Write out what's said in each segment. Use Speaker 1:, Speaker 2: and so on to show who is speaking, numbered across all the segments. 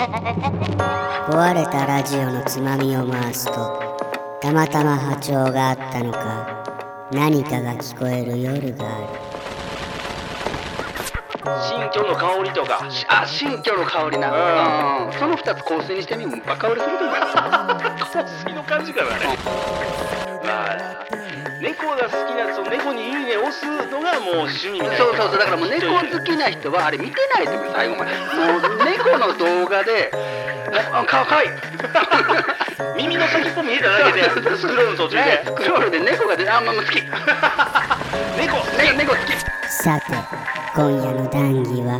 Speaker 1: 壊れたラジオのつまみを回すと、たまたま波長があったのか、何かが聞こえる夜がある。
Speaker 2: 新居の香りとか、
Speaker 3: 新居の香りな、その2つ香水にしてみる香りするとか
Speaker 2: 香水の感じかなね。まあ猫が好きなやつを猫にいいね押すのがもう趣味みたいな。
Speaker 3: そうだからもう猫好きな人はあれ見てないと思う。最後までもう猫の動画でかわいい
Speaker 2: 耳の先っぽ見えただけでスクロールの途中で
Speaker 3: スクロールで猫が出て好き猫好き。
Speaker 1: さて、今夜の談義は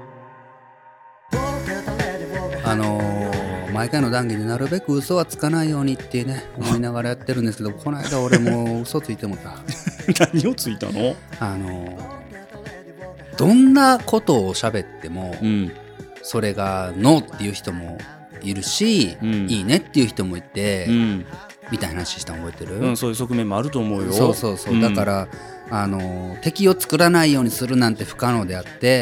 Speaker 4: 毎回の談義でなるべく嘘はつかないようにってね思いながらやってるんですけど、この間俺も嘘ついてもた
Speaker 5: 何をついたの？
Speaker 4: どんなことを喋っても、
Speaker 5: うん
Speaker 4: それがノーっていう人もいるし、
Speaker 5: うん
Speaker 4: いいねっていう人もいて、
Speaker 5: うん
Speaker 4: みたいな話したの覚えてる？
Speaker 5: うん、そういう側面もあると思うよ。
Speaker 4: そう、だから敵を作らないようにするなんて不可能であって、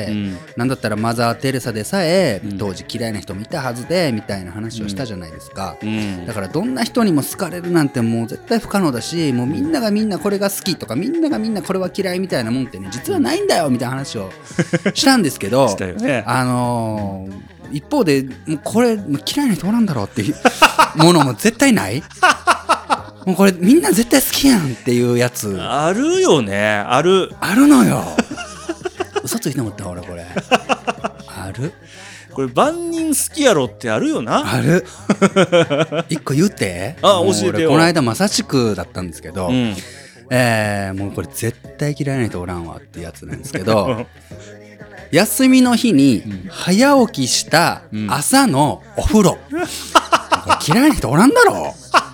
Speaker 4: なんだったらマザー・テレサでさえ、当時嫌いな人もいたはずでみたいな話をしたじゃないですか、だからどんな人にも好かれるなんてもう絶対不可能だし、もうみんながみんなこれが好きとかみんながみんなこれは嫌いみたいなもんってね実はないんだよみたいな話をしたんですけど
Speaker 5: したよね。
Speaker 4: 一方でもうこれ嫌いな人おらんだろうっていうものも絶対ないもうこれみんな絶対好きやんっていうやつ
Speaker 5: あるよね。ある
Speaker 4: のよ嘘ついてもった俺これある
Speaker 5: これ万人好きやろってあるよな。
Speaker 4: ある一個言って
Speaker 5: 教えてよ。
Speaker 4: この間まさしくだったんですけど、
Speaker 5: うん、
Speaker 4: もうこれ絶対嫌いな人おらんわってやつなんですけど休みの日に早起きした朝のお風呂、これ嫌いな人おらんだろ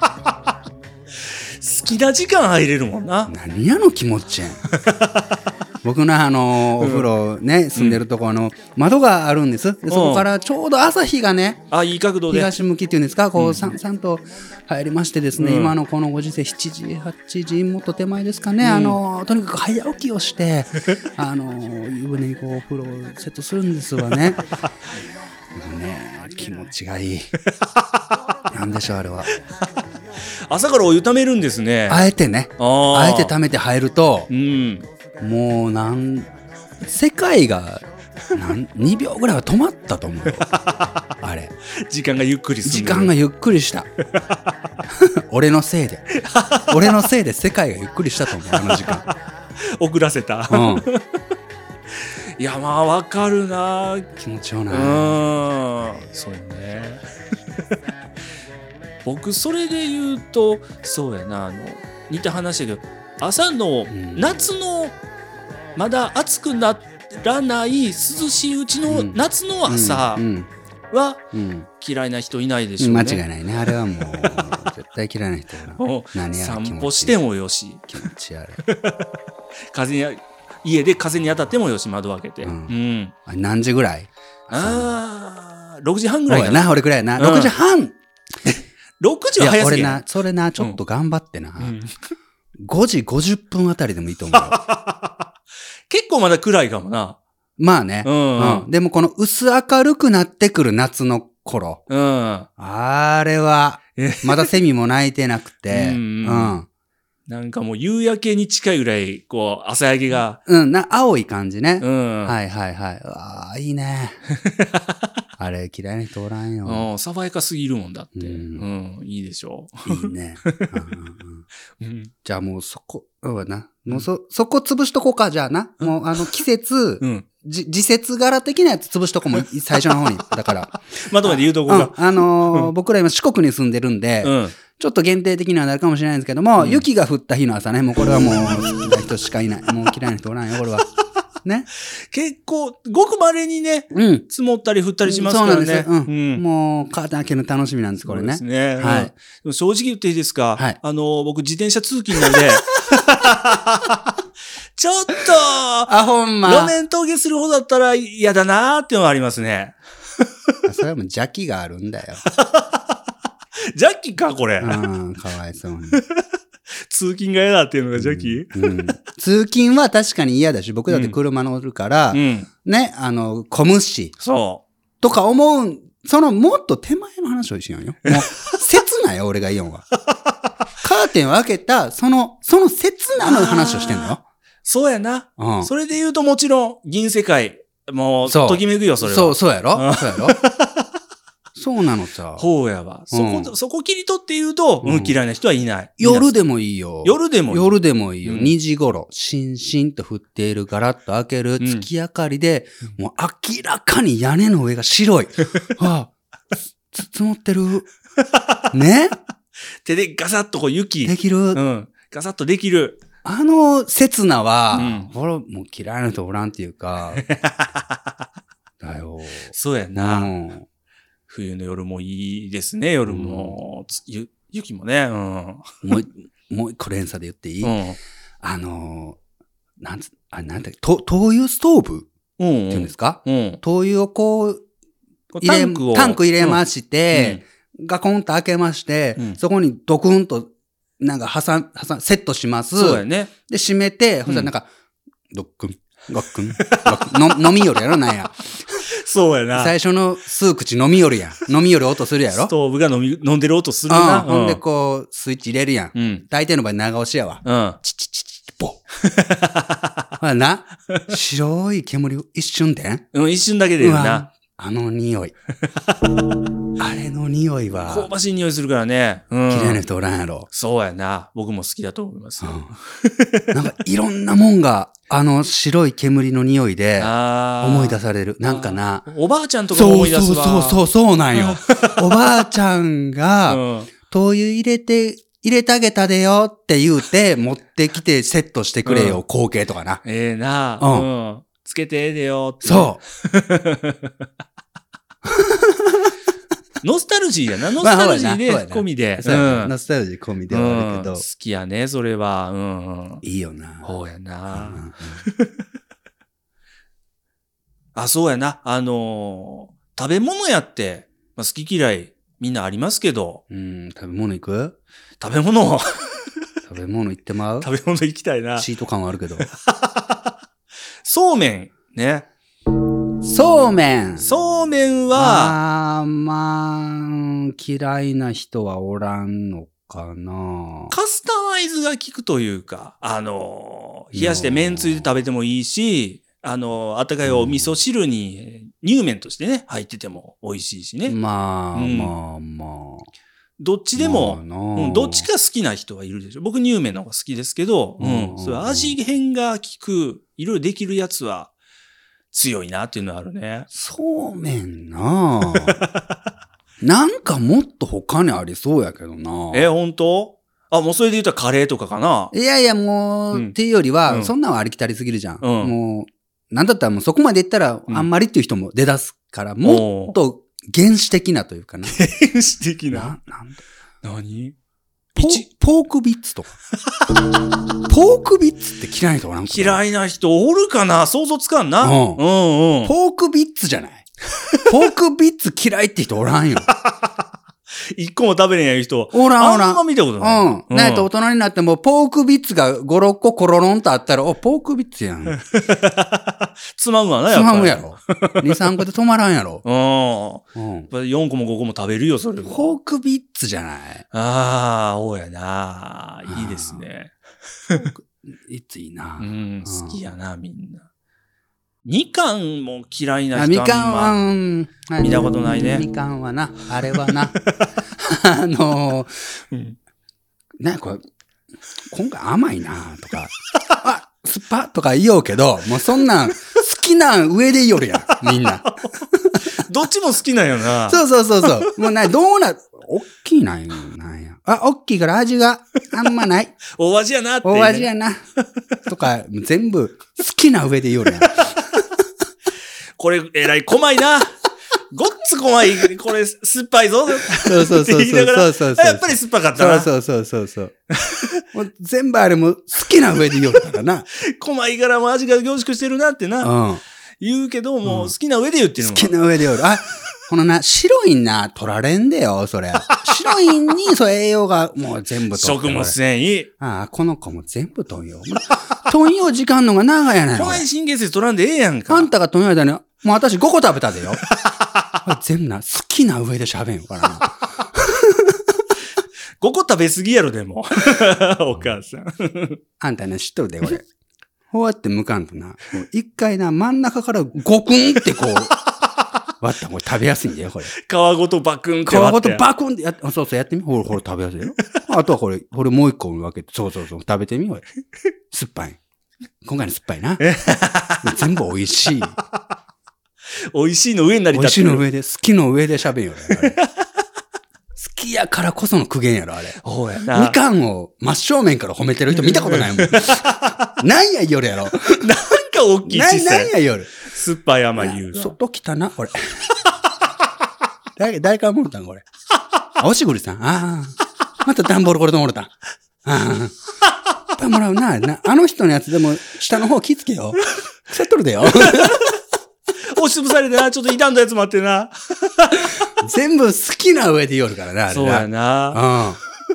Speaker 5: 好きな時間入れるもんな。
Speaker 4: 何やの気持ちやん僕のお風呂ね、住んでるとこ窓があるんです。でそこからちょうど朝日がね、
Speaker 5: いい角度で
Speaker 4: 東向きっていうんですか、こうさんさんと入りましてですね、今のこのご時世7時8時もっと手前ですかね、とにかく早起きをして湯船にこうお風呂をセットするんですわね気持ちがいいなんでしょうあれは
Speaker 5: 朝からお湯ためるんですね。
Speaker 4: あえてね、あえてためて入ると、もう世界が2秒ぐらいは止まったと思うよあれ
Speaker 5: 時間がゆっくり進んでる。
Speaker 4: 時間がゆっくりした俺のせいで世界がゆっくりしたと思うあの時間
Speaker 5: 遅らせた、いやまあわかるな。
Speaker 4: 気持ちよない。
Speaker 5: そうね僕それで言うとそうやな、似た話だけど朝の、夏のまだ暑くならない涼しいうちの夏の朝は嫌いな人いないでしょうね。
Speaker 4: 間違いないね。あれはもう絶対嫌いな人は何やら気持ちいい。
Speaker 5: 散歩してもよし、
Speaker 4: 気持ち悪い
Speaker 5: 家で風に当たってもよし、窓開けて、
Speaker 4: 何時ぐらい
Speaker 5: ？6時半ぐらいかな。
Speaker 4: 俺くらいやな。6時半
Speaker 5: 6時は早すぎや。
Speaker 4: それな、ちょっと頑張ってな。5時50分あたりでもいいと思うよ。
Speaker 5: 結構まだ暗いかもな。
Speaker 4: まあね。でもこの薄明るくなってくる夏の頃。あれは、まだセミも鳴いてなくて。
Speaker 5: なんかもう夕焼けに近いぐらい、こう、朝焼けが。
Speaker 4: 青い感じね。はい。いいね。あれ嫌いな人おらんよ。
Speaker 5: 爽やかすぎるもんだって。いいでしょ
Speaker 4: う。いいね。じゃあもうそこ、もうそこ潰しとこうか、じゃあな。もう季節、時節柄的なやつ潰しとこうも最初の方に。だから。
Speaker 5: まとめて言うとこが。
Speaker 4: 僕ら今四国に住んでるんで、ちょっと限定的にはなるかもしれないんですけども、雪が降った日の朝ね、もうこれはもう好きな人しかいない。もう嫌いな人おらんよ、これは。ね。
Speaker 5: 結構、ごく稀にね、積もったり降ったりしますからね。そうなんですよ。も
Speaker 4: う、カーテン開けるの楽しみなんです、これね。
Speaker 5: そうですね。
Speaker 4: はい。
Speaker 5: でも正直言っていいですか？
Speaker 4: はい。
Speaker 5: 僕自転車通勤なんで、ちょっと、
Speaker 4: ほんま。
Speaker 5: 路面凍結するほどだったら嫌だなーっていうのはありますね。
Speaker 4: それはもう邪気があるんだよ。
Speaker 5: 邪気か、これ。
Speaker 4: かわいそうに。
Speaker 5: 通勤が嫌だっていうのが邪気？
Speaker 4: 通勤は確かに嫌だし、僕だって車乗るから、ね、混むし。
Speaker 5: そう。
Speaker 4: とか思うんそのもっと手前の話をしようよ。もう、切なよ、俺が言うんは。カーテンを開けた、その切なの話をしてんのよ。
Speaker 5: そうやな。
Speaker 4: うん。
Speaker 5: それで言うともちろん、銀世界、もう、
Speaker 4: そう
Speaker 5: ときめくよ、それは。
Speaker 4: そうやろそうやろそうなのさ。
Speaker 5: ほうやわ。そこ切り取って言うと、嫌いな人はいない。
Speaker 4: 夜でもいいよ。
Speaker 5: 夜でもいい。
Speaker 4: 夜でもいいよ。2時頃、しんしんと降っているガラッと開ける月明かりで、もう明らかに屋根の上が白い。積もってる。ね
Speaker 5: 手でガサッとこう雪。
Speaker 4: できる。
Speaker 5: ガサッとできる。
Speaker 4: 刹那は、俺もう嫌いな人おらんっていうか、だよ。
Speaker 5: そうやな。冬の夜もいいですね、夜も。雪もね。も
Speaker 4: う一個連鎖で言っていい？なんだっけ、灯油ストーブっていうんですか？灯油をこう、タンク入れまして、ガコンと開けまして、そこにドクンと、なんかセットします。
Speaker 5: そうやね。
Speaker 4: で、閉めて、ほんとなんか、ドックン、ガックン、飲みよるやろ、なんや。
Speaker 5: そうやな。
Speaker 4: 最初の数口飲みよるやん。飲みよる音するやろ。
Speaker 5: ストーブが飲んでる音するな。
Speaker 4: ほんでこう、スイッチ入れるやん。大抵の場合長押しやわ。チチチチポッ。な、白い煙一瞬で
Speaker 5: 一瞬だけでな。
Speaker 4: 匂い。あれの匂いは。
Speaker 5: 香ばしい匂いするからね。
Speaker 4: 嫌いな人おらんやろ。
Speaker 5: そうやな。僕も好きだと思いますよ。
Speaker 4: なんかいろんなもんが、白い煙の匂いで思い出される。なんかな。
Speaker 5: おばあちゃんとか思い出すわ。
Speaker 4: そうなんよ。おばあちゃんが、灯油入れてあげたでよって言うて、持ってきてセットしてくれよ、光景とかな。
Speaker 5: ええな。つけてでよって。
Speaker 4: そう。
Speaker 5: ノスタルジーやな。ノスタルジーで込みで。
Speaker 4: ノスタルジー込みではあるけど。
Speaker 5: 好きやね、それは。
Speaker 4: いいよな。
Speaker 5: そうやな。そうやな。食べ物やって、好き嫌いみんなありますけど。
Speaker 4: 食べ物行く？
Speaker 5: 食べ物
Speaker 4: 行ってまう？
Speaker 5: 食べ物行きたいな。
Speaker 4: チート感はあるけど。
Speaker 5: そうめん、ね。
Speaker 4: そうめん
Speaker 5: は、
Speaker 4: 嫌いな人はおらんのかな。
Speaker 5: カスタマイズが効くというか、冷やして麺つゆで食べてもいいし、あったかいお味噌汁に乳麺としてね、入ってても美味しいしね。
Speaker 4: まあ。
Speaker 5: どっちでも、どっちか好きな人はいるでしょ。僕乳麺の方が好きですけど、それ味変が効く、いろいろできるやつは強いなっていうのはあるね。
Speaker 4: そうめんななんかもっと他にありそうやけどな。
Speaker 5: 本当？もうそれで言ったらカレーとかかな。
Speaker 4: いや、もう、っていうよりは、そんなんはありきたりすぎるじゃん。もう、なんだったらもうそこまで言ったら、あんまりっていう人も出だすから、もっと原始的なというかな。
Speaker 5: 原始的な。何？
Speaker 4: ポークビッツとか。ポークビッツって嫌いな人おらんかな？
Speaker 5: 嫌いな人おるかな？想像つかんな。
Speaker 4: ポークビッツじゃない？ポークビッツ嫌いって人おらんよ。
Speaker 5: 一個も食べれない人。
Speaker 4: おらん。
Speaker 5: あんま見たことない。
Speaker 4: なんやと大人になっても、ポークビッツが5、6個コロロンとあったら、ポークビッツやん。
Speaker 5: つまむわな、やっぱり。
Speaker 4: つまむやろ。2、3個で止まらんやろ。
Speaker 5: 4個も5個も食べるよ、それ。
Speaker 4: ポークビッツじゃない。
Speaker 5: そうやな。いいですね。
Speaker 4: いついいな。
Speaker 5: 好きやな、みんな。みかんも嫌いな人
Speaker 4: みかんは、
Speaker 5: 見たことないね。
Speaker 4: みかんはな、あれはな。これ、今回甘いなとか、スパとか言おうけど、もうそんなん、好きなん上で言おるやん、みんな。
Speaker 5: どっちも好きなんよな。
Speaker 4: そう。もうどうな、おっきいなんや。おっきいから味があんまない。
Speaker 5: 大味やなって、
Speaker 4: 大味やな。とか、全部、好きな上で言おるやん。
Speaker 5: これ、えらい、細いな。ごっつ細い。これ、酸っぱいぞ。
Speaker 4: そう。
Speaker 5: 言いながらやっぱり酸っぱかったな。
Speaker 4: そう。もう全部あれも好きな上で言おるからな。
Speaker 5: 細いからも味が凝縮してるなってな。言うけど、もう好きな上で言ってるの。
Speaker 4: 好きな上で言おる。このな、白いな、取られんでよ、それ。白いに、栄養がもう全部取って。
Speaker 5: 食物繊維。
Speaker 4: この子も全部取んよ。取んよ時間のが長いやないの。
Speaker 5: こない神経質取らんでええやんか。
Speaker 4: あんたが取んよ間に、もう私5個食べたでよ。 全部な、好きな上で喋んよからな。
Speaker 5: 5個食べ過ぎやろ、でも。お母さん。
Speaker 4: あんたね、知っとるで、これ。こうやって向かんとな、一回な、真ん中からゴクンってこう、割ったらこれ食べやすいんだよ、これ。
Speaker 5: 皮ごとバクンって
Speaker 4: 皮
Speaker 5: 割って。
Speaker 4: ごとバクンってやって、そうそうやってみ。ほら食べやすいよ。あとはこれもう一個分けて、そう食べてみ、これ。酸っぱい。今回の酸っぱいな。全部美味しい。
Speaker 5: 美味しいの上になり
Speaker 4: 美味
Speaker 5: たってる。
Speaker 4: しいの上で、好きの上で喋んよ、あれ。好きやからこその苦言やろ、あれ。
Speaker 5: そうやな。
Speaker 4: みかんを真正面から褒めてる人見たことないもん。なんや夜やろ。
Speaker 5: なんか大きい小さい。
Speaker 4: なんや夜。
Speaker 5: 酸っぱい甘い言う。
Speaker 4: 外来たな、これ。誰からもろたんこれ。あ、おしぐりさん。ああ。また段ボールこれともろたん。ああ。いっぱいもらうな。あの人のやつでも下の方気ぃつけよ。腐っとるでよ。
Speaker 5: 押しつぶされてな、ちょっと傷んだやつもあってな。
Speaker 4: 全部好きな上で夜からな、あれな。
Speaker 5: そうやな。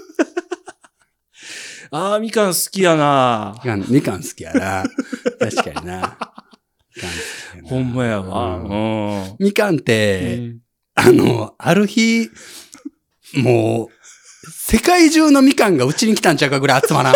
Speaker 5: ああ、みかん好きやな。
Speaker 4: みかん好きやな。確かにな。
Speaker 5: ほんまやわ。
Speaker 4: みかんって、ある日、もう、世界中のみかんがうちに来たんちゃうかぐらい集まらん。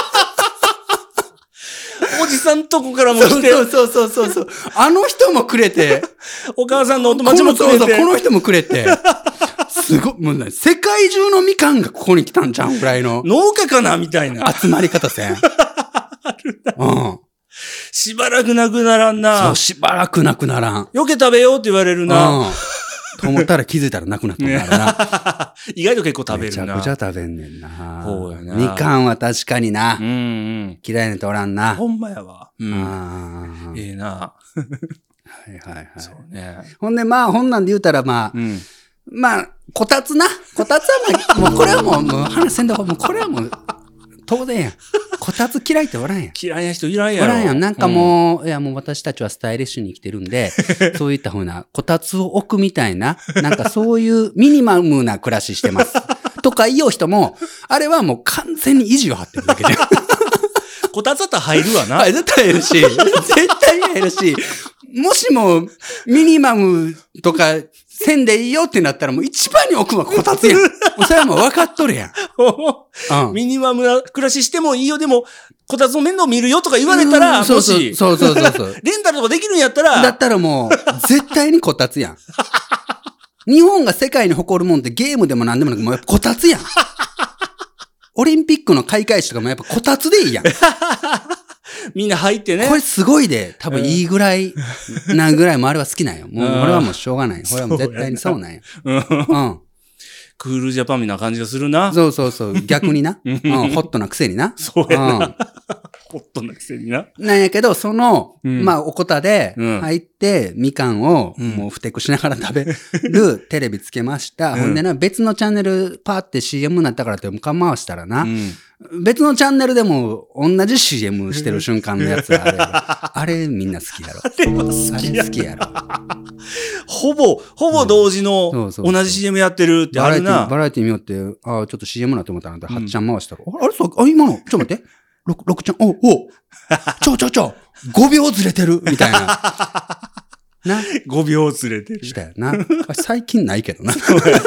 Speaker 5: おじさんとこからも来て。
Speaker 4: そう。あの人もくれて。
Speaker 5: お母さんのお友達もくれて。
Speaker 4: この人もくれて。すごい、もうね、世界中のみかんがここに来たんちゃうぐらいの。
Speaker 5: 農家かなみたいな。
Speaker 4: 集まり方せん。
Speaker 5: あるな。しばらくなくならんな。
Speaker 4: そう、しばらくなくならん。
Speaker 5: よけ食べようって言われるな。
Speaker 4: と思ったら気づいたらなくなったんだな。
Speaker 5: 意外と結構食べるな。
Speaker 4: めちゃくちゃ食べんねんな。
Speaker 5: そうやな。
Speaker 4: みかんは確かにな。
Speaker 5: 嫌
Speaker 4: いな人おらんな。
Speaker 5: ほんまやわ。ええな。
Speaker 4: はい。
Speaker 5: そうね。
Speaker 4: ほんで、まあ、ほんなんで言うたら、まあ、こたつな。こたつはもうこれはもう話せんだもうこれはもう、当然やん。こたつ嫌いっておらんやん。
Speaker 5: 嫌いな人いらんやろ。
Speaker 4: おらんやん。なんかもう、いやもう私たちはスタイリッシュに生きてるんで、そういった風な、こたつを置くみたいな、なんかそういうミニマムな暮らししてます。とか言おう人も、あれはもう完全に意地を張ってるだけで。
Speaker 5: こたつだったら入るわな。
Speaker 4: はい、絶対入るし、絶対入るし、もしもミニマムとかせんでいいよってなったらもう一番に置くのはこたつやん。もうそれはもう分かっとるやん。
Speaker 5: ミニマムな暮らししてもいいよ、でも、こたつの面倒見るよとか言われたら、もし、
Speaker 4: そう。
Speaker 5: レンタルとかできるんやったら、
Speaker 4: だったらもう、絶対にこたつやん。日本が世界に誇るもんってゲームでも何でもなく、もうやっぱこたつやん。オリンピックの開会式とかもやっぱこたつでいいやん。
Speaker 5: みんな入ってね。
Speaker 4: これすごいで、多分いいぐらい、なぐらいもあれは好きなんよ。もう俺はもうしょうがない。これはもう絶対にそうなんよ。
Speaker 5: クールジャパンみたいな感じがするな。
Speaker 4: そう。逆にな。ホットなくせにな。
Speaker 5: そうやな。ホットなくせにな。
Speaker 4: なんやけど、まあ、おこたで入って、みかんをもうふてくしながら食べるテレビつけました。ほんでな、別のチャンネルパーって CM になったからって回したらな、別のチャンネルでも同じ CM してる瞬間のやつあれみんな好きやろ。
Speaker 5: あれは好きや。
Speaker 4: あれ好きやろ。
Speaker 5: ほぼ同時の同じ CM やってるってあるな。
Speaker 4: バラエティ見よって、ちょっと CM なって思ったなんて、8ちゃん回したら、あれそう、今の、ちょっと待って。6ちゃん、5秒ずれてるみたいな。な。
Speaker 5: 5秒ずれてる。
Speaker 4: したよな。最近ないけどな。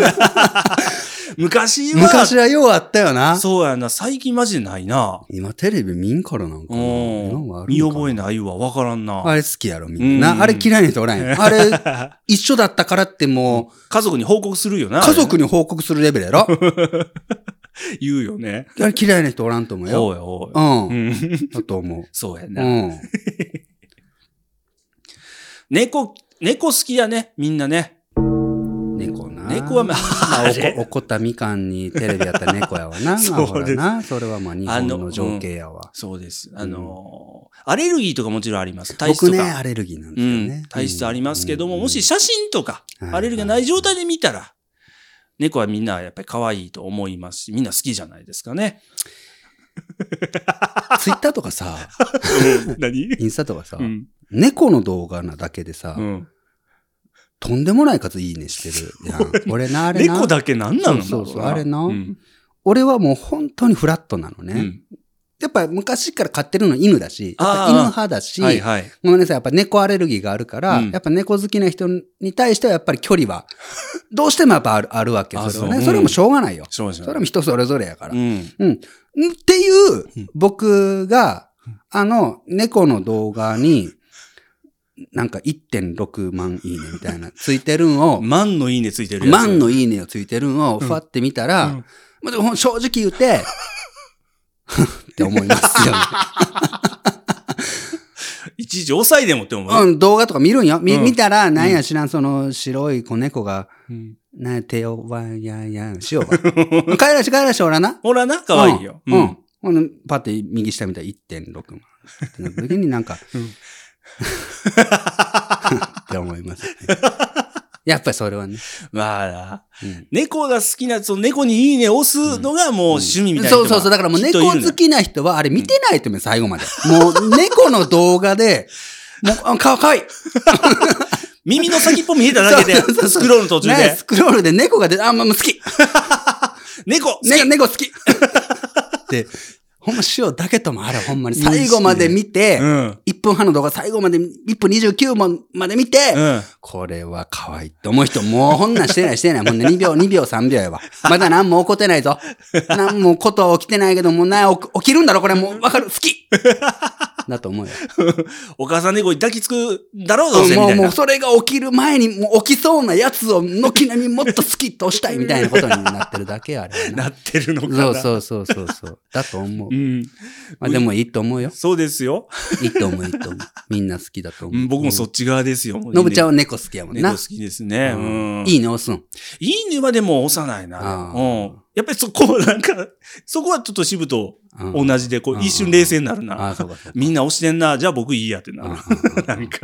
Speaker 5: 昔
Speaker 4: はようあったよな。
Speaker 5: そうやな。最近マジでないな。
Speaker 4: 今テレビ見んからなんかな。
Speaker 5: 見覚えないわ。わからんな。
Speaker 4: あれ好きやろ、みんな。あれ嫌いな人おらんやん。あれ、一緒だったからってもう。
Speaker 5: 家族に報告するよな。
Speaker 4: 家族に報告するレベルやろ。
Speaker 5: 言うよね。
Speaker 4: あれ嫌いな人おらんと思うよ。
Speaker 5: おい。
Speaker 4: だと思う。
Speaker 5: そうやな。猫好きやね。みんなね。
Speaker 4: 猫な。
Speaker 5: 猫は
Speaker 4: 怒ったみかんにテレビやった猫やわな。そうですな。それはまあ日本の情景やわ。
Speaker 5: そうです。アレルギーとかもちろんあります。体質とか。
Speaker 4: 僕ね、アレルギーなんですよね。
Speaker 5: 体質ありますけども、もし写真とか、アレルギーがない状態で見たら、猫はみんなやっぱり可愛いと思いますし、みんな好きじゃないですかね。
Speaker 4: ツイッターとかさ、
Speaker 5: 何
Speaker 4: インスタとかさ、猫の動画なだけでさ、とんでもない数いいねしてるやん。俺な、あれな。
Speaker 5: 猫だけなんなの？
Speaker 4: そう、あれな。俺はもう本当にフラットなのね。 やっぱ昔から飼ってるの犬だし、やっぱ犬派だし、
Speaker 5: はいはい。
Speaker 4: ごめんなさい、やっぱ猫アレルギーがあるから、
Speaker 5: うん
Speaker 4: やっぱ猫好きな人に対してはやっぱり距離は、どうしてもやっぱあるわけ。それはね。
Speaker 5: そう
Speaker 4: それもしょうがないよ。
Speaker 5: そうですよ
Speaker 4: それも人それぞれやから。
Speaker 5: うん。
Speaker 4: っていう、僕が、猫の動画に、なんか 1.6 万いいねみたいな、ついてるんを、
Speaker 5: 万のいいねついてるやつ。
Speaker 4: 万のいいねをついてるんを、ふわって見たら、まあでも正直言うて、って思いますよね。
Speaker 5: いちいち抑えでもって思う。
Speaker 4: 動画とか見るんよ。見たら、なんや知らん、その白い子猫が、なんや、手をわややしようか。帰らしおらな。
Speaker 5: ほらな、かわいいよ。
Speaker 4: ほんでパッて右下見たら 1.6 万。ってなった時になんか、って思いますね。やっぱりそれはね。
Speaker 5: まあな、猫が好きな、その猫にいいね押すのがもう趣味みたいな人が、
Speaker 4: そう。だからもう猫好きな人はあれ見てないと思う、最後まで。もう猫の動画で、もう、かわいい。
Speaker 5: 耳の先っぽ見えただけで、スクロールの途中で。
Speaker 4: スクロールで猫が出て、もう好き。
Speaker 5: 猫
Speaker 4: 好き。で、ほんま塩だけともあれほんまに最後まで見て、1分半の動画最後まで、1分29問まで見て、これは可愛いって思う人、もうほんなんしてない。もうね、2秒、3秒やわ。まだ何も起こってないぞ。何もことは起きてないけど、もう起きるんだろ、これもうわかる、好きだと思うよ。
Speaker 5: お母さん猫に抱きつくだろうどうせみたいな。
Speaker 4: もうそれが起きる前に、もう起きそうなやつを軒並みもっと好きとしたいみたいなことになってるだけあれ。
Speaker 5: なってるのかな。
Speaker 4: そう。だと思う。まあでもいいと思うよ。
Speaker 5: そうですよ。
Speaker 4: いいと思う。みんな好きだと思う。
Speaker 5: 僕もそっち側ですよ。
Speaker 4: のぶちゃんは猫好きやもんな。
Speaker 5: 猫好きですね。
Speaker 4: いいね押すん。
Speaker 5: いいねはでも押さないな。やっぱりそこはちょっと渋と同じで、一瞬冷静になるな。みんな押してんな。じゃあ僕いいやってなる。なんか。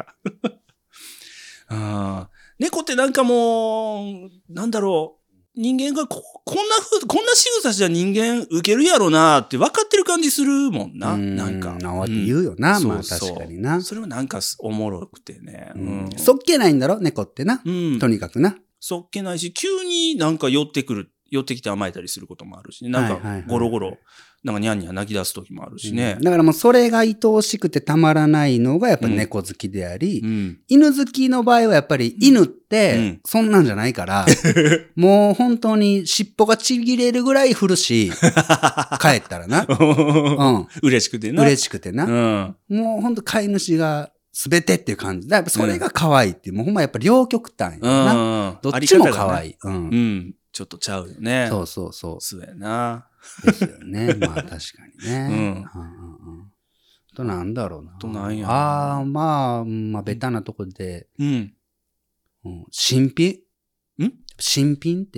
Speaker 5: 猫ってなんかもう、なんだろう。人間がこんな仕草じゃ人間受けるやろなって分かってる感じするもんな。なんか。
Speaker 4: 言うよな。まあ確かにな。
Speaker 5: それはなんかおもろくてね。
Speaker 4: そっけないんだろ猫ってな。とにかくな。
Speaker 5: そっけないし、急になんか寄ってきて甘えたりすることもあるしね。なんかゴロゴロ。なんかニャンニャン泣き出す時もあるしね。
Speaker 4: だからもうそれが愛おしくてたまらないのがやっぱ猫好きであり、犬好きの場合はやっぱり犬ってそんなんじゃないから、もう本当に尻尾がちぎれるぐらい振るし、帰ったらな。
Speaker 5: 嬉しくてな。
Speaker 4: もう本当飼い主が全てっていう感じ。だからそれが可愛いっていう、もうほんまやっぱ両極端やな。どっちも可愛い。
Speaker 5: ちょっとちゃうよね。
Speaker 4: そう。
Speaker 5: そうやな。
Speaker 4: ですよね。まあ確かにね。となんだろうな。
Speaker 5: となんや。
Speaker 4: まあベタなとこで。新品って。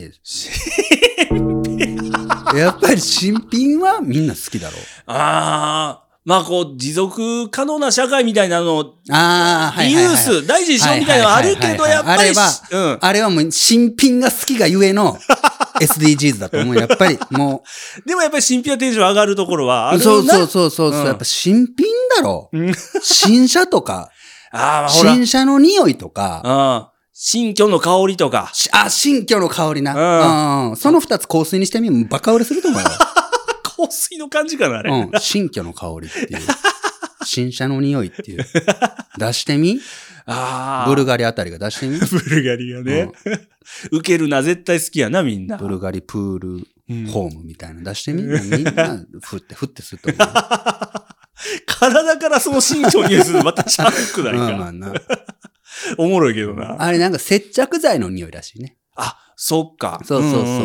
Speaker 4: やっぱり新品はみんな好きだろう。
Speaker 5: まあ持続可能な社会みたいなのを、
Speaker 4: リ
Speaker 5: ユース、大事にしようみたいなのはあるけど、やっぱり。
Speaker 4: あれはもう新品が好きがゆえの SDGs だと思う。やっぱりも
Speaker 5: う。でもやっぱり新品はテンション上がるところはあるな。
Speaker 4: そう。やっぱ新品だろ。新車とか。新車の匂いとか。
Speaker 5: 新居の香りとか。
Speaker 4: 新居の香りな。その二つ香水にしてみるバカ売れすると思うよ。
Speaker 5: 香水の感じかな、あれ。
Speaker 4: 新居の香りっていう。新車の匂いっていう。出してみブルガリあたりが出してみ
Speaker 5: ブルガリがね。受けるな、絶対好きやな、みんな。
Speaker 4: ブルガリプールホームみたいなの出してみみんな、ふってすると思う。
Speaker 5: 体からその新居にするまたシャックないか。
Speaker 4: まあな。
Speaker 5: おもろいけどな。
Speaker 4: あれなんか接着剤の匂いらしいね。
Speaker 5: そっか。
Speaker 4: そう。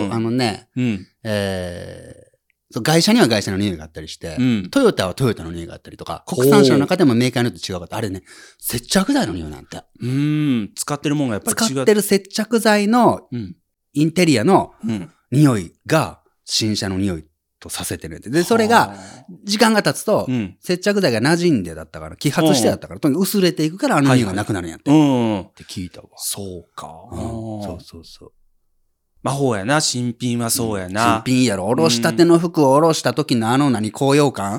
Speaker 4: 会社には会社の匂いがあったりして、トヨタはトヨタの匂いがあったりとか、国産車の中でもメーカーによって違うかった。あれね、接着剤の匂いなんて。
Speaker 5: 使ってるもんがやっぱり違う。
Speaker 4: 使ってる接着剤のインテリアの匂いが新車の匂いとさせてるんで、それが時間が経つと、接着剤が馴染んでだったから、揮発してだったから、とにかく薄れていくからあの匂いがなくなるんやって。って聞いたわ。
Speaker 5: そうか。
Speaker 4: そう。
Speaker 5: 魔法やな、新品はそうやな。
Speaker 4: 新品やろ。おろしたての服をおろした時の高揚感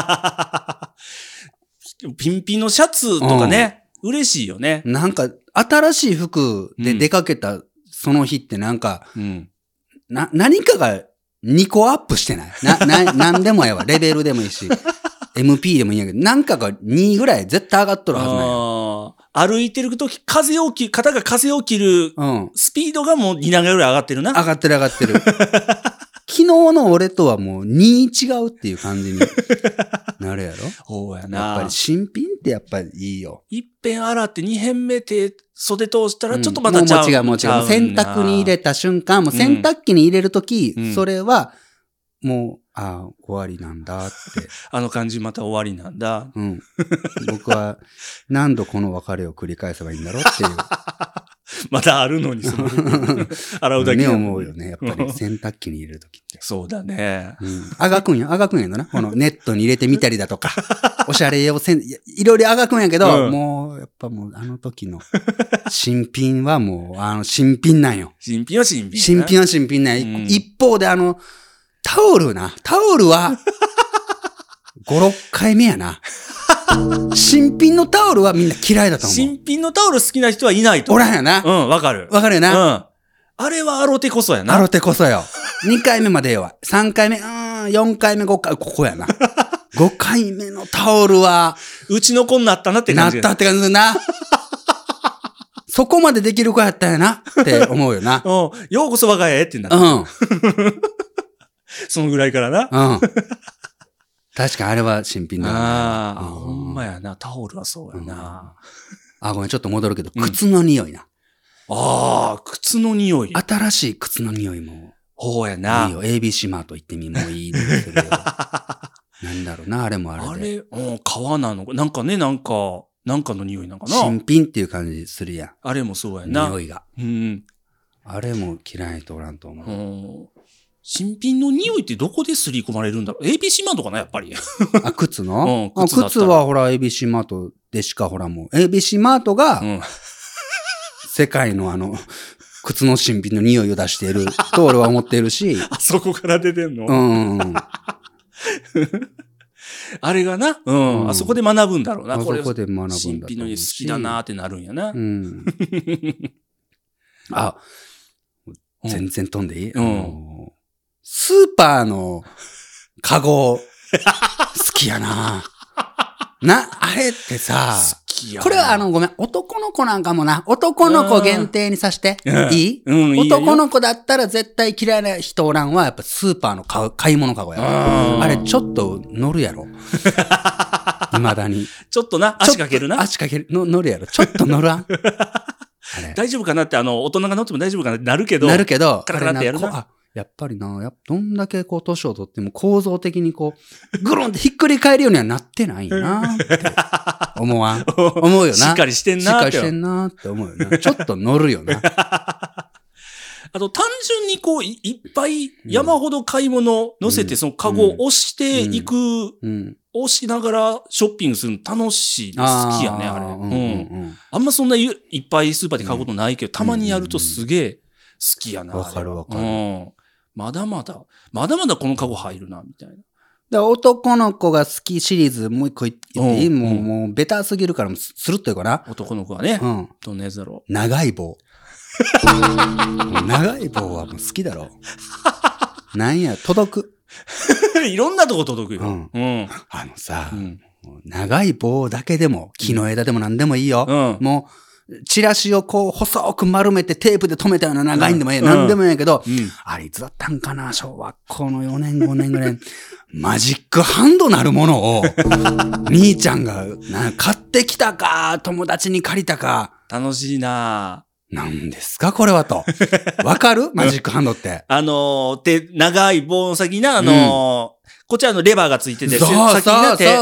Speaker 5: ピンピンのシャツとかね、嬉しいよね。
Speaker 4: なんか、新しい服で出かけたその日ってなんか、何かが 2個アップしてない。なんでもええわ。レベルでもいいし。MP でもいいんやけど、なんかが2ぐらい絶対上がっとるはずなんや。
Speaker 5: 歩いてるとき、肩が風を切るスピードがもう2段階ぐらい上がってるな。
Speaker 4: 上がってる上がってる。昨日の俺とはもう2違うっていう感じになるやろ。
Speaker 5: そうやな。
Speaker 4: やっぱり新品ってやっぱりいいよ。
Speaker 5: 一遍洗って二遍目袖通したらちょっとまたちゃう。
Speaker 4: もう違う。洗濯に入れた瞬間、もう洗濯機に入れるとき、それはもう、終わりなんだって。
Speaker 5: あの感じまた終わりなんだ。
Speaker 4: うん。僕は何度この別れを繰り返せばいいんだろうっていう。
Speaker 5: またあるのに洗うだけ
Speaker 4: ね思うよね。やっぱり洗濯機に入れるときって。
Speaker 5: そうだね。
Speaker 4: あがくんやな。このネットに入れてみたりだとか、おしゃれをいろいろあがくんやけど、もう、やっぱもうあの時の新品はもう、新品なんよ。
Speaker 5: 新品は新品。
Speaker 4: 新品は新品なんよ。一方でタオルは、5、6回目やな。新品のタオルはみんな嫌いだと思う。
Speaker 5: 新品のタオル好きな人はいないと。
Speaker 4: おらんやな。
Speaker 5: わかる。
Speaker 4: わかるよな。
Speaker 5: あれはアロテこそやな。
Speaker 4: アロテこそよ。2回目までよわ。3回目、4回目、5回、ここやな。5回目のタオルは、
Speaker 5: うちの子になったなって感じ。
Speaker 4: なったって感じだな。そこまでできる子やったんやなって思うよな。
Speaker 5: ようこそ我が家へってなった。そのぐらいからな。
Speaker 4: 確かにあれは新品だな。
Speaker 5: ほんまやな。タオルはそうやな。
Speaker 4: ごめん、ちょっと戻るけど、靴の匂いな。
Speaker 5: 靴の匂い。
Speaker 4: 新しい靴の匂いも。
Speaker 5: ほうやな。
Speaker 4: いいよ。ABC マート行ってみもいい匂いするよ。なんだろうな、あれもあれで。
Speaker 5: 革なのなんかね、なんかの匂いなんかな。
Speaker 4: 新品っていう感じするやん。
Speaker 5: あれもそうやな。
Speaker 4: 匂いが。あれも嫌いな人おらんと思う。
Speaker 5: 新品の匂いってどこで刷り込まれるんだろう ?ABC マートかなやっぱり。
Speaker 4: 靴の靴はほら ABC マートでしかほらもう ABC マートが、世界の靴の新品の匂いを出していると俺は思っているし。
Speaker 5: あそこから出てんのあれがな、あそこで学ぶんだろうな。
Speaker 4: あそこで学ぶんだろうし。
Speaker 5: 新品の匂い好きだなーってなるんやな。
Speaker 4: 全然飛んでいいスーパーのカゴ、好きやな。あれってさ、これはごめん、男の子なんかもな、男の子限定にさして、いい男の子だったら絶対嫌いな人おらんは、やっぱスーパーの買い物カゴや。あれちょっと乗るやろ。未だに。
Speaker 5: ちょっとな、足かけるな。
Speaker 4: 足かける、乗るやろ。ちょっと乗らん。
Speaker 5: 大丈夫かなって、大人が乗っても大丈夫かなってなるけど。カラカラってやるな。
Speaker 4: やっぱりな、どんだけ年をとっても構造的にぐるんってひっくり返るようにはなってないなって思うよな。
Speaker 5: しっかりしてんな。
Speaker 4: しっかりしてんなって思うよな。ちょっと乗るよな。
Speaker 5: あと単純にいっぱい山ほど買い物乗せてそのカゴを押していく、押しながらショッピングするの楽しいの好きやね、あれ。あんまそんないっぱいスーパーで買うことないけど、たまにやるとすげえ好きやな。
Speaker 4: わかる。
Speaker 5: まだまだこのカゴ入るな、みたい
Speaker 4: な。男の子が好きシリーズもう一個言っていい？もうベタすぎるからするっていうかな。
Speaker 5: 男の子はね。どんなやつだろ
Speaker 4: う。長い棒。長い棒はもう好きだろ。なんや、届く。
Speaker 5: いろんなとこ届くよ。
Speaker 4: 長い棒だけでも、木の枝でも何でもいいよ。もう、チラシを細く丸めてテープで留めたような長いんでもいい。何でもいいんやけど、あれいつだったんかな、小学校の4年5年ぐらい。マジックハンドなるものを、兄ちゃんが買ってきたか、友達に借りたか。
Speaker 5: 楽しいな
Speaker 4: 何ですかこれはと。わかるマジックハンドって。
Speaker 5: 長い棒の先な、こっちはレバーがついてて、
Speaker 4: そう。UFO キ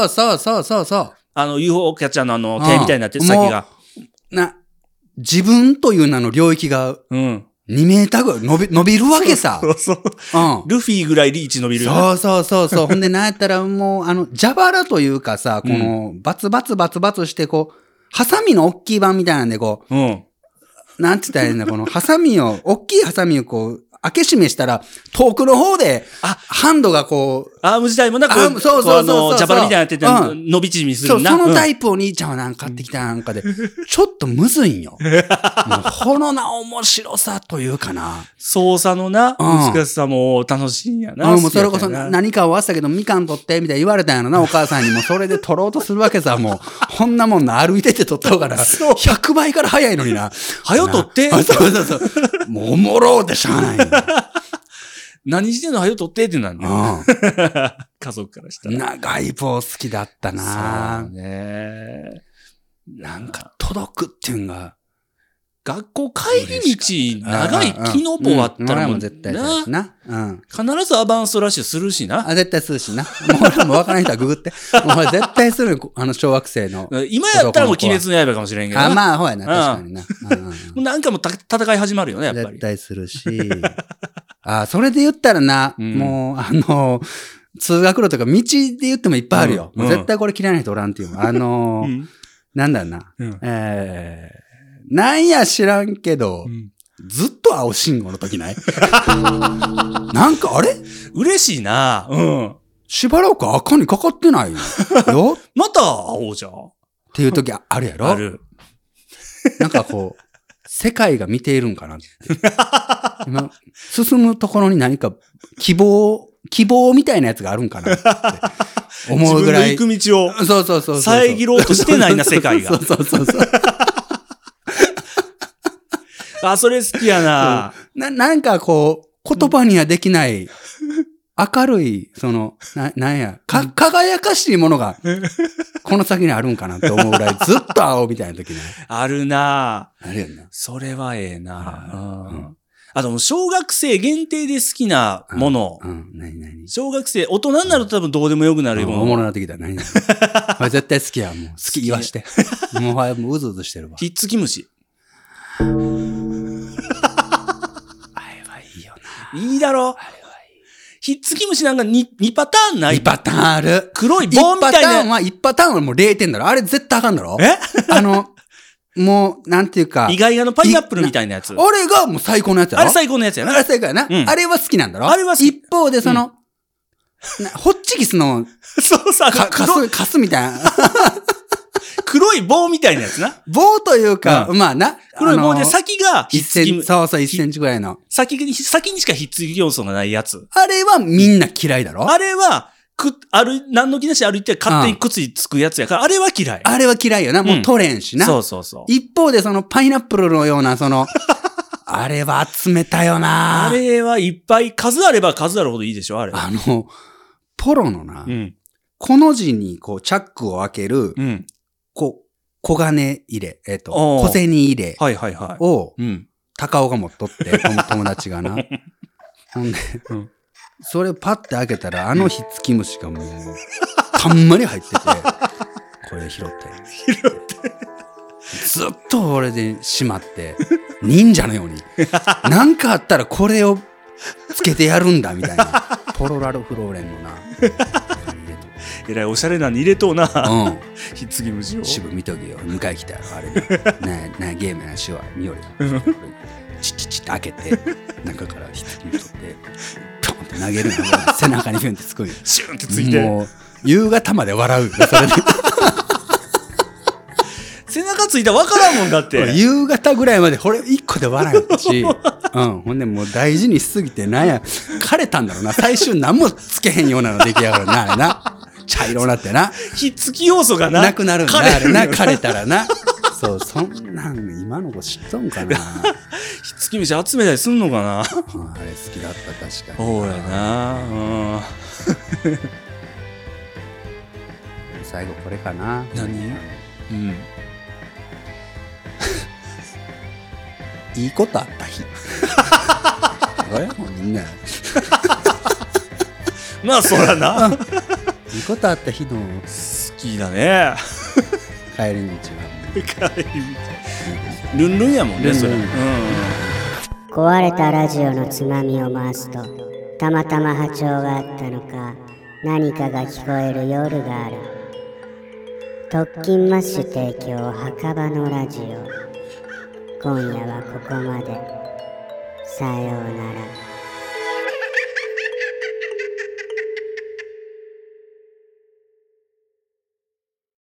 Speaker 5: ャッチャーの手みたいになってる先が。
Speaker 4: 自分という名の領域が、2メーターぐらい伸びるわけさ。
Speaker 5: そう。ルフィぐらいリーチ伸びるよね。
Speaker 4: そう。ほんで、なんやったらもう、蛇腹というかさ、この、バツバツして、ハサミの大きい版みたいなんで、なんて言ったらいいんだ、この大きいハサミを開け閉めしたら遠くの方でハンドがこう
Speaker 5: アーム自体もなこう
Speaker 4: そう
Speaker 5: ジャバラみたいになってて、伸び縮みするな。
Speaker 4: そのタイプお兄ちゃんはなんか買ってきたなんかで、ちょっとむずいんよ。もうこのな面白さというかな。
Speaker 5: 操作のな、難しさも楽しいんやな。
Speaker 4: もうそれこそ何かを忘れたけど、みかん取ってみたいに言われたんやろな、お母さんにも。それで取ろうとするわけさ、もう。こんなもんな、歩いてて取った方がな、100倍から早いのにな。
Speaker 5: はよ取って
Speaker 4: そう。もうおもろうでしゃあない。
Speaker 5: 何してんのはよ取ってってなんだよ。家族からしたら。
Speaker 4: 長い棒好きだったな。
Speaker 5: そうね。
Speaker 4: なんか届くっていうのが。
Speaker 5: 学校帰り道、長い木の棒あったらもう
Speaker 4: 絶対そうな。
Speaker 5: 必ずアバンストラッシュするしな。
Speaker 4: 絶対するしな。もう俺も分からない人はググって。もう絶対する小学生の。
Speaker 5: 今やったらもう鬼滅の刃かもしれんけど。
Speaker 4: まあ、ほうやな。確かにな。
Speaker 5: もうなんかもう戦い始まるよね、やっぱり。
Speaker 4: 絶対するし。それで言ったらな、もう、通学路とか道で言ってもいっぱいあるよ。もう絶対これ嫌いな人おらんっていう。なんだろうな。なんや知らんけど、ずっと青信号の時ないなんかあれ
Speaker 5: 嬉しいな。
Speaker 4: しばらく赤にかかってないよ。
Speaker 5: また青じゃん。
Speaker 4: っていう時あるやろ。
Speaker 5: ある。
Speaker 4: なんかこう、世界が見ているんかなって。今、進むところに何か希望みたいなやつがあるんかなって思うぐらい。
Speaker 5: 自分の行く道を。
Speaker 4: そう。
Speaker 5: 遮ろうとしてないな、世界が。
Speaker 4: そう。
Speaker 5: それ好きやな。
Speaker 4: なんかこう、言葉にはできない、明るい、なんや、輝かしいものが、この先にあるんかなって思うぐらい、ずっと青みたいな時ね。
Speaker 5: あるな。
Speaker 4: あるよな。
Speaker 5: それはええな。あと、小学生限定で好きなもの。
Speaker 4: 何
Speaker 5: 小学生、大人になると多分どうでもよくなるもの。
Speaker 4: おもろなってきた。何これ絶対好きや。もう好き言わして。もううずうずしてるわ。
Speaker 5: ひっつき虫。
Speaker 4: あれはいいよな。
Speaker 5: いいだろ。ひっつき虫なんか2パターンない
Speaker 4: ?2 パターンある。
Speaker 5: 黒い棒みたいな。
Speaker 4: 1パターンはもう0点だろ。あれ絶対あかんだろ。もう、なんていうか。
Speaker 5: 意外なパイナップルみたいなやつ。
Speaker 4: あれがもう最高のやつやろ。
Speaker 5: あれ最高のやつやな。
Speaker 4: あれ最高やな。あれは好きなんだろ。
Speaker 5: あれは好き。
Speaker 4: 一方でホッチキスの、
Speaker 5: そうさ、
Speaker 4: カスみたいな。
Speaker 5: 黒い棒みたいなやつな。
Speaker 4: 棒というか、まあな。
Speaker 5: 黒い棒で先がひっつき。
Speaker 4: そう、1センチぐらいの。
Speaker 5: 先にしかひっつき要素がないやつ。
Speaker 4: あれはみんな嫌いだろ。
Speaker 5: あれは、何の気なし歩いて勝手に靴につくやつやから、あれは嫌い。
Speaker 4: あれは嫌いよな。もう取れんしな。
Speaker 5: そう。
Speaker 4: 一方でパイナップルのようなあれは集めたよな。
Speaker 5: あれはいっぱい、数あれば数あるほどいいでしょ、あれ。
Speaker 4: ポロのな、この字にチャックを開ける、小金入れ、小銭入れを、高尾が持っとって、友達がな。ほんで、それパッて開けたら、ひっつき虫がもう、たんまり入ってて、これ拾って。ずっと俺でしまって、忍者のように、なんかあったらこれをつけてやるんだ、みたいな。ポロラルフローレンのな。
Speaker 5: えらいおしゃれなに入れとうな。ひっつき虫を。
Speaker 4: 渋見とけよ。迎え来たやろ、あれ。ゲームなしは、見より。チッチッチッって開けて、中からひっつき虫取って、ポンって投げるのが背中にフィンってつくんよ。
Speaker 5: シュンってついて。
Speaker 4: もう、夕方まで笑う。それで。
Speaker 5: 背中ついたら分からんもんだって。
Speaker 4: 夕方ぐらいまで、これ一個で笑うし、ほんでもう大事にしすぎて、なんや、枯れたんだろうな。最終何もつけへんようなの出来上がるな、あれな。茶色なってな。
Speaker 5: ひっつき要素がな
Speaker 4: くなるんだ、あれな。枯れたらな。そう、そんなん、今の子知っとんかな。ひっ
Speaker 5: つき虫集めたりすんのかな。
Speaker 4: あれ好きだった、確かに。
Speaker 5: そうやな。
Speaker 4: 最後これかな。
Speaker 5: 何？
Speaker 4: いいことあった日。これもうみんな。
Speaker 5: まあそらな。
Speaker 4: いいことあった日の好
Speaker 5: きだね。
Speaker 4: 帰り道は。
Speaker 5: ルンルンやもんね、それ。
Speaker 1: 壊れたラジオのつまみを回すと、たまたま波長があったのか、何かが聞こえる夜がある。特勤マッシュ提供墓場のラジオ。今夜はここまで。さようなら。